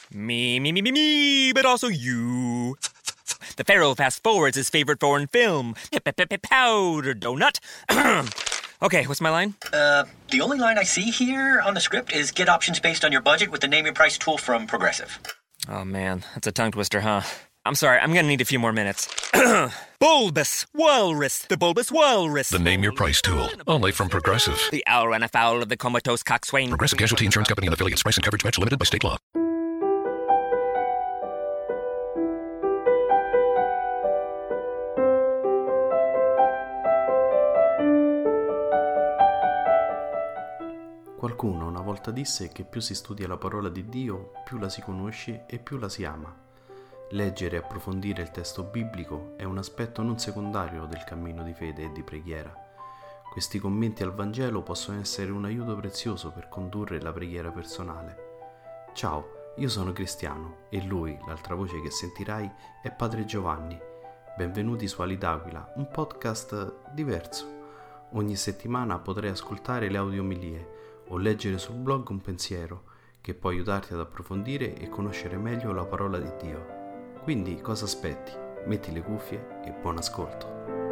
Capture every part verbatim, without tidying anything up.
Me, me, me, me, me, but also you. The Pharaoh fast forwards his favorite foreign film, Powder Donut. Okay, what's my line? Uh, the only line I see here on the script is get options based on your budget with the Name Your Price tool from Progressive. Oh man, that's a tongue twister, huh? I'm sorry, I'm gonna need a few more minutes. Bulbous Walrus, the Bulbous Walrus. The Name Your Price tool, only from Progressive. The owl ran afoul of the comatose coxswain. Progressive Casualty Insurance Company and affiliates. Price and coverage match limited by state law. Qualcuno una volta disse che più si studia la parola di Dio, più la si conosce e più la si ama. Leggere e approfondire il testo biblico è un aspetto non secondario del cammino di fede e di preghiera. Questi commenti al Vangelo possono essere un aiuto prezioso per condurre la preghiera personale. Ciao, io sono Cristiano e lui, l'altra voce che sentirai, è Padre Giovanni. Benvenuti su Ali d'Aquila, un podcast diverso. Ogni settimana potrai ascoltare le audiomilie o leggere sul blog un pensiero che può aiutarti ad approfondire e conoscere meglio la parola di Dio. Quindi cosa aspetti? Metti le cuffie e buon ascolto.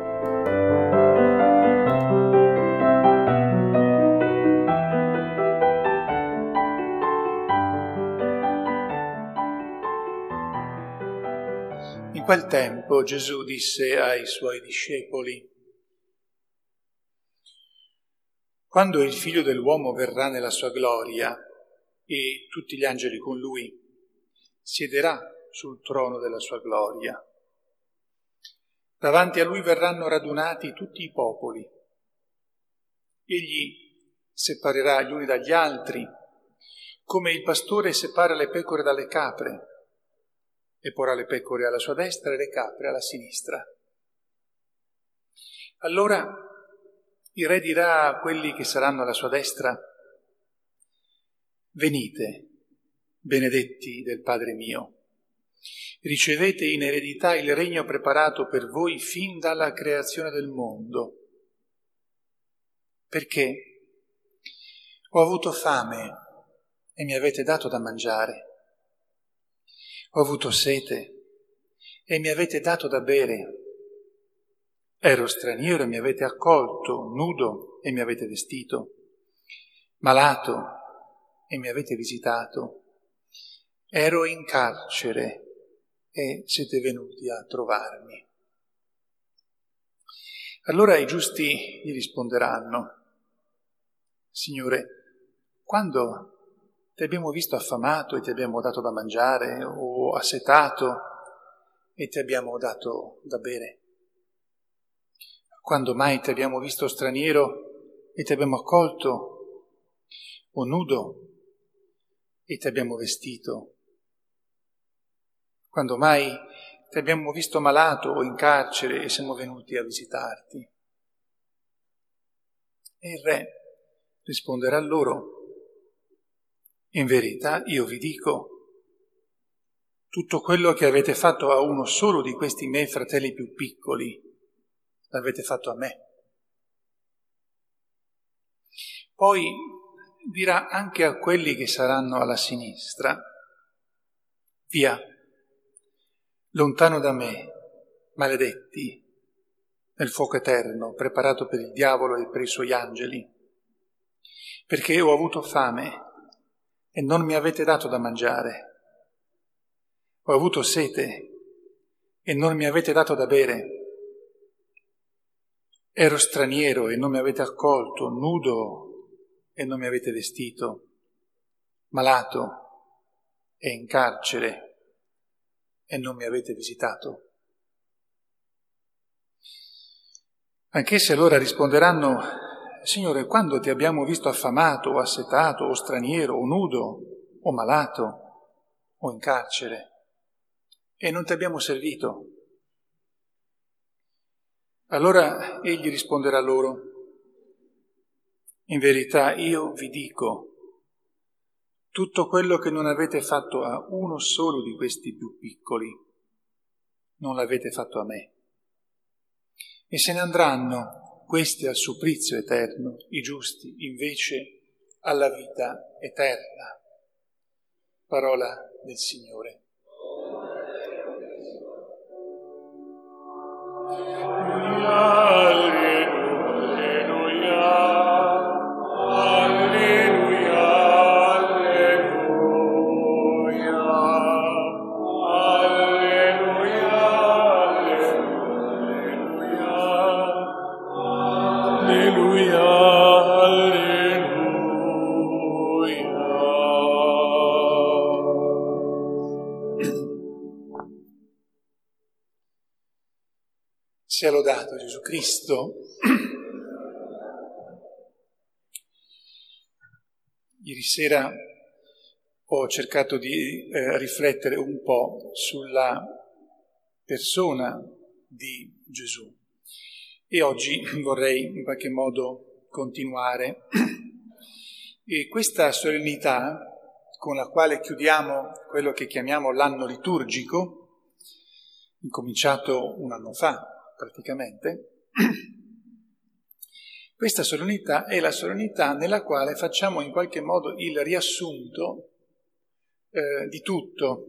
In quel tempo Gesù disse ai suoi discepoli: quando il Figlio dell'uomo verrà nella sua gloria e tutti gli angeli con lui, siederà sul trono della sua gloria. Davanti a lui verranno radunati tutti i popoli. Egli separerà gli uni dagli altri, come il pastore separa le pecore dalle capre, e porrà le pecore alla sua destra e le capre alla sinistra. Allora il re dirà a quelli che saranno alla sua destra: venite, benedetti del Padre mio, ricevete in eredità il regno preparato per voi fin dalla creazione del mondo. Perché ho avuto fame e mi avete dato da mangiare, ho avuto sete e mi avete dato da bere, ero straniero e mi avete accolto, nudo e mi avete vestito, malato e mi avete visitato, ero in carcere e siete venuti a trovarmi. Allora i giusti gli risponderanno: Signore, quando ti abbiamo visto affamato e ti abbiamo dato da mangiare, o assetato e ti abbiamo dato da bere? Quando mai ti abbiamo visto straniero e ti abbiamo accolto, o nudo e ti abbiamo vestito? Quando mai ti abbiamo visto malato o in carcere e siamo venuti a visitarti? E il re risponderà loro: in verità io vi dico, tutto quello che avete fatto a uno solo di questi miei fratelli più piccoli, l'avete fatto a me. Poi dirà anche a quelli che saranno alla sinistra: via, lontano da me, maledetti, nel fuoco eterno preparato per il diavolo e per i suoi angeli, perché ho avuto fame e non mi avete dato da mangiare, ho avuto sete e non mi avete dato da bere, ero straniero e non mi avete accolto, nudo e non mi avete vestito, malato e in carcere e non mi avete visitato. Anch'essi allora risponderanno: Signore, quando ti abbiamo visto affamato o assetato o straniero o nudo o malato o in carcere e non ti abbiamo servito? Allora egli risponderà loro: in verità io vi dico, tutto quello che non avete fatto a uno solo di questi più piccoli, non l'avete fatto a me. E se ne andranno questi al supplizio eterno, i giusti invece alla vita eterna. Parola del Signore. Sia lodato Gesù Cristo. Ieri sera ho cercato di eh, riflettere un po' sulla persona di Gesù e oggi vorrei in qualche modo continuare. E questa solennità con la quale chiudiamo quello che chiamiamo l'anno liturgico, incominciato un anno fa, praticamente, questa solennità è la solennità nella quale facciamo in qualche modo il riassunto eh, di tutto.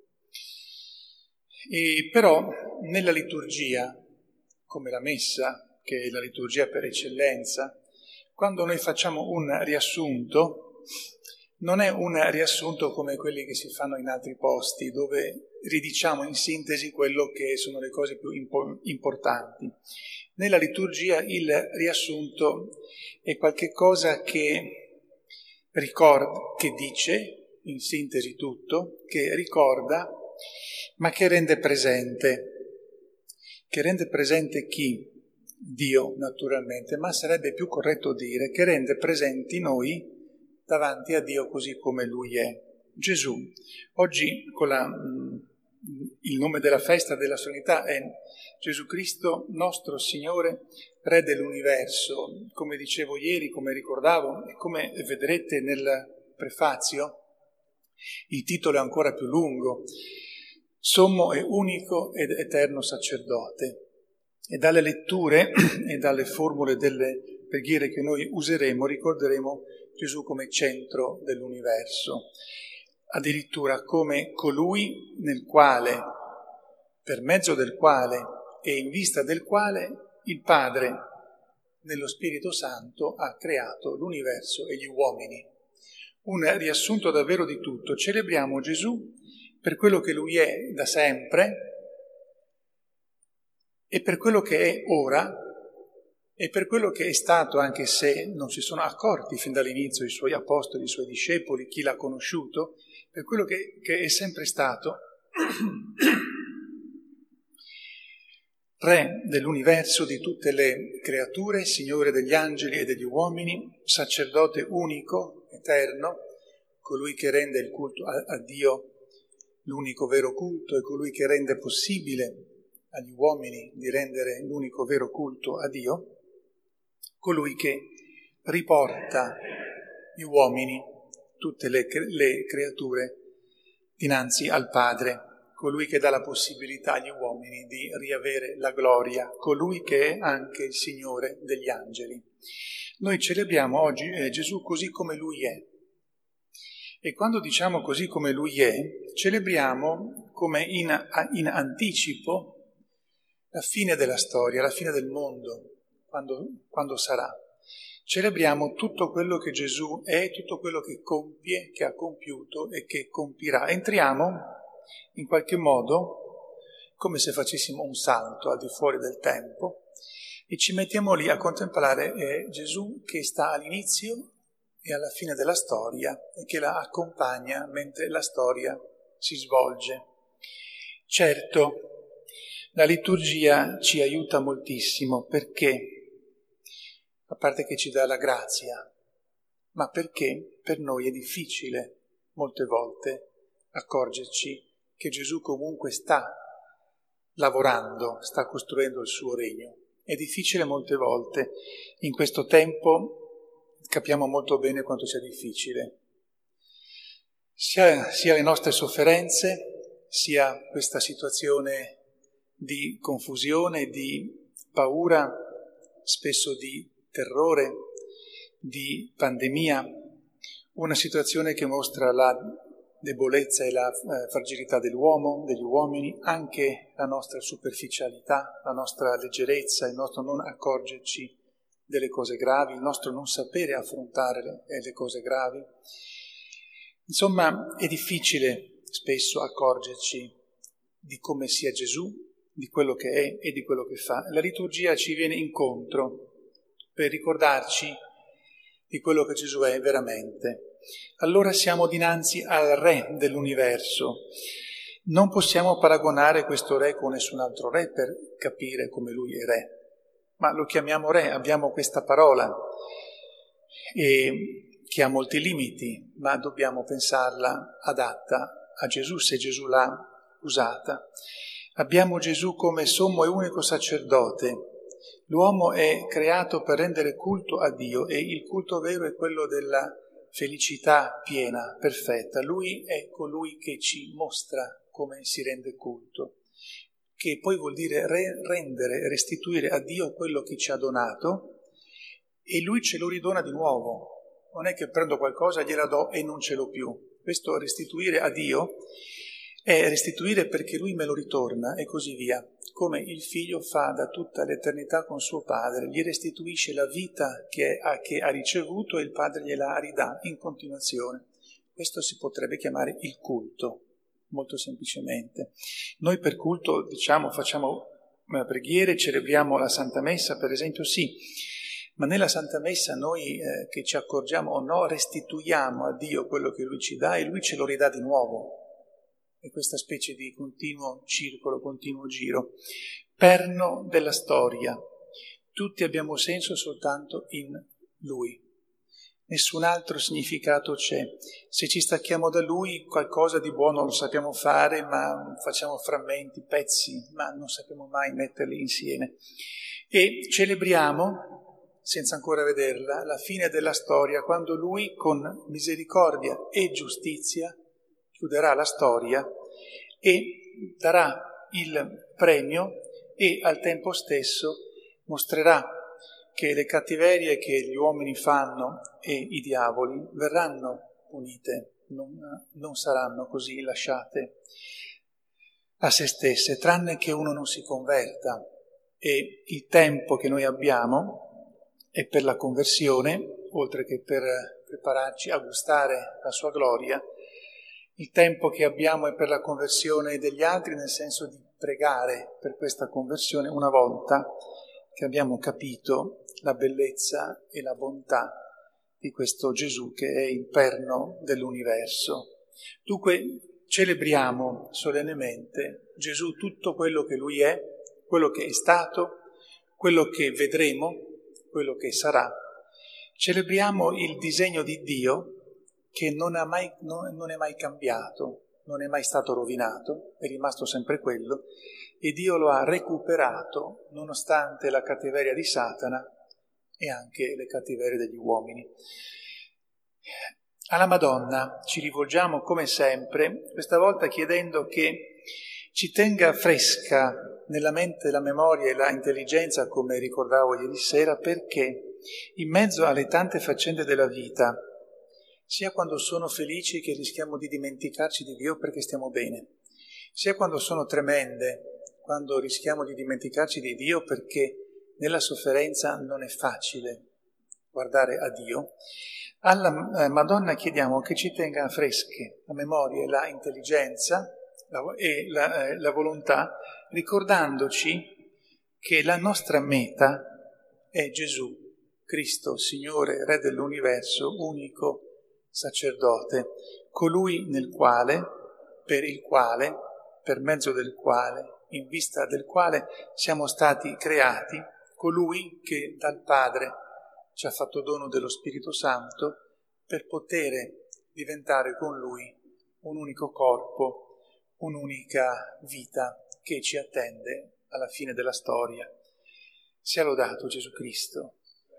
E però nella liturgia, come la messa, che è la liturgia per eccellenza, quando noi facciamo un riassunto, non è un riassunto come quelli che si fanno in altri posti, dove ridiciamo in sintesi quello che sono le cose più impo- importanti. Nella liturgia il riassunto è qualche cosa che ricorda, che dice in sintesi tutto, che ricorda, ma che rende presente. Che rende presente chi? Dio, naturalmente, ma sarebbe più corretto dire che rende presenti noi davanti a Dio così come Lui è. Gesù. Oggi con la, il nome della festa della solennità è Gesù Cristo, nostro Signore, Re dell'universo. Come dicevo ieri, come ricordavo e come vedrete nel prefazio, il titolo è ancora più lungo: Sommo e unico ed eterno sacerdote. E dalle letture e dalle formule delle preghiere che noi useremo ricorderemo Gesù come centro dell'universo, addirittura come colui nel quale, per mezzo del quale e in vista del quale il Padre, nello Spirito Santo, ha creato l'universo e gli uomini. Un riassunto davvero di tutto. Celebriamo Gesù per quello che Lui è da sempre e per quello che è ora, e per quello che è stato, anche se non si sono accorti fin dall'inizio i Suoi apostoli, i Suoi discepoli, chi l'ha conosciuto, per quello che, che è sempre stato Re dell'universo, di tutte le creature, Signore degli angeli e degli uomini, sacerdote unico, eterno, colui che rende il culto a, a Dio l'unico vero culto e colui che rende possibile agli uomini di rendere l'unico vero culto a Dio, colui che riporta gli uomini, tutte le, le creature, dinanzi al Padre, colui che dà la possibilità agli uomini di riavere la gloria, colui che è anche il Signore degli angeli. Noi celebriamo oggi eh, Gesù così come Lui è. E quando diciamo così come Lui è, celebriamo come in, in anticipo la fine della storia, la fine del mondo, quando, quando sarà. Celebriamo tutto quello che Gesù è, tutto quello che compie, che ha compiuto e che compirà. Entriamo in qualche modo come se facessimo un salto al di fuori del tempo e ci mettiamo lì a contemplare eh, Gesù che sta all'inizio e alla fine della storia e che la accompagna mentre la storia si svolge. Certo, la liturgia ci aiuta moltissimo perché, a parte che ci dà la grazia, ma perché per noi è difficile molte volte accorgerci che Gesù comunque sta lavorando, sta costruendo il suo regno. È difficile molte volte, in questo tempo capiamo molto bene quanto sia difficile. Sia, sia le nostre sofferenze, sia questa situazione di confusione, di paura, spesso di terrore, di pandemia, una situazione che mostra la debolezza e la eh, fragilità dell'uomo, degli uomini, anche la nostra superficialità, la nostra leggerezza, il nostro non accorgerci delle cose gravi, il nostro non sapere affrontare le, le cose gravi. Insomma, è difficile spesso accorgerci di come sia Gesù, di quello che è e di quello che fa. La liturgia ci viene incontro per ricordarci di quello che Gesù è veramente. Allora siamo dinanzi al Re dell'universo. Non possiamo paragonare questo Re con nessun altro Re per capire come Lui è Re, ma lo chiamiamo Re, abbiamo questa parola e, che ha molti limiti, ma dobbiamo pensarla adatta a Gesù, se Gesù l'ha usata. Abbiamo Gesù come sommo e unico sacerdote. L'uomo è creato per rendere culto a Dio e il culto vero è quello della felicità piena, perfetta. Lui è colui che ci mostra come si rende culto, che poi vuol dire re- rendere, restituire a Dio quello che ci ha donato e Lui ce lo ridona di nuovo. Non è che prendo qualcosa, gliela do e non ce l'ho più. Questo restituire a Dio è restituire perché Lui me lo ritorna e così via. Come il figlio fa da tutta l'eternità con suo padre, gli restituisce la vita che ha, che ha ricevuto e il padre gliela ridà in continuazione. Questo si potrebbe chiamare il culto, molto semplicemente. Noi per culto, diciamo, facciamo preghiere, celebriamo la Santa Messa, per esempio, sì, ma nella Santa Messa noi, eh, che ci accorgiamo o no, restituiamo a Dio quello che Lui ci dà e Lui ce lo ridà di nuovo. È questa specie di continuo circolo, continuo giro, perno della storia. Tutti abbiamo senso soltanto in Lui. Nessun altro significato c'è. Se ci stacchiamo da Lui, qualcosa di buono lo sappiamo fare, ma facciamo frammenti, pezzi, ma non sappiamo mai metterli insieme. E celebriamo, senza ancora vederla, la fine della storia, quando Lui, con misericordia e giustizia, chiuderà la storia e darà il premio e al tempo stesso mostrerà che le cattiverie che gli uomini fanno e i diavoli verranno punite, non, non saranno così lasciate a se stesse, tranne che uno non si converta. E il tempo che noi abbiamo è per la conversione, oltre che per prepararci a gustare la sua gloria. Il tempo che abbiamo è per la conversione degli altri, nel senso di pregare per questa conversione una volta che abbiamo capito la bellezza e la bontà di questo Gesù che è il perno dell'universo. Dunque celebriamo solennemente Gesù, tutto quello che Lui è, quello che è stato, quello che vedremo, quello che sarà. Celebriamo il disegno di Dio che non, ha mai, non, non è mai cambiato, non è mai stato rovinato, è rimasto sempre quello, e Dio lo ha recuperato nonostante la cattiveria di Satana e anche le cattiverie degli uomini. Alla Madonna ci rivolgiamo come sempre, questa volta chiedendo che ci tenga fresca nella mente la memoria e la intelligenza, come ricordavo ieri sera, perché in mezzo alle tante faccende della vita, sia quando sono felici che rischiamo di dimenticarci di Dio perché stiamo bene, sia quando sono tremende, quando rischiamo di dimenticarci di Dio perché nella sofferenza non è facile guardare a Dio, alla Madonna chiediamo che ci tenga fresche la memoria e la intelligenza e la, eh, la volontà, ricordandoci che la nostra meta è Gesù, Cristo, Signore, Re dell'universo, unico sacerdote, colui nel quale, per il quale, per mezzo del quale, in vista del quale siamo stati creati, colui che dal Padre ci ha fatto dono dello Spirito Santo per poter diventare con Lui un unico corpo, un'unica vita che ci attende alla fine della storia. Sia lodato Gesù Cristo.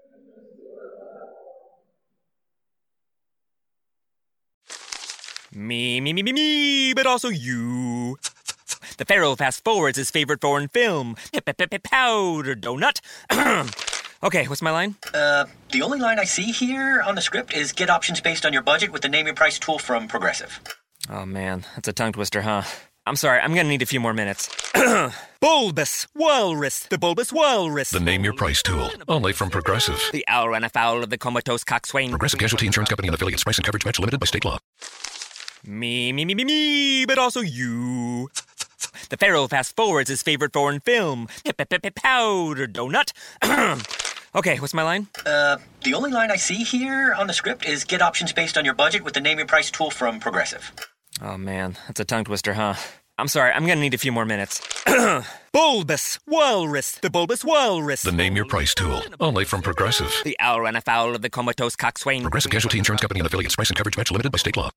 Me, me, me, me, me, but also you. The Pharaoh fast forwards his favorite foreign film, Powder Donut. Okay, what's my line? Uh, the only line I see here on the script is get options based on your budget with the Name Your Price tool from Progressive. Oh man, that's a tongue twister, huh? I'm sorry, I'm gonna need a few more minutes. Bulbous Walrus, the Bulbous Walrus. The Name Your Price tool, only from Progressive. The owl ran afoul of the comatose coxswain. Progressive Casualty Insurance Company and affiliates. Price and coverage match limited by state law. Me, me, me, me, me, but also you. The Pharaoh fast forwards his favorite foreign film, Powder Donut. Okay, what's my line? Uh, the only line I see here on the script is get options based on your budget with the Name Your Price tool from Progressive. Oh man, that's a tongue twister, huh? I'm sorry, I'm gonna need a few more minutes. Bulbous Walrus, the Bulbous Walrus. The Name Your Price tool, only from Progressive. The owl ran afoul of the comatose coxswain. Progressive Casualty Insurance Company and affiliates. Price and coverage match limited by state law.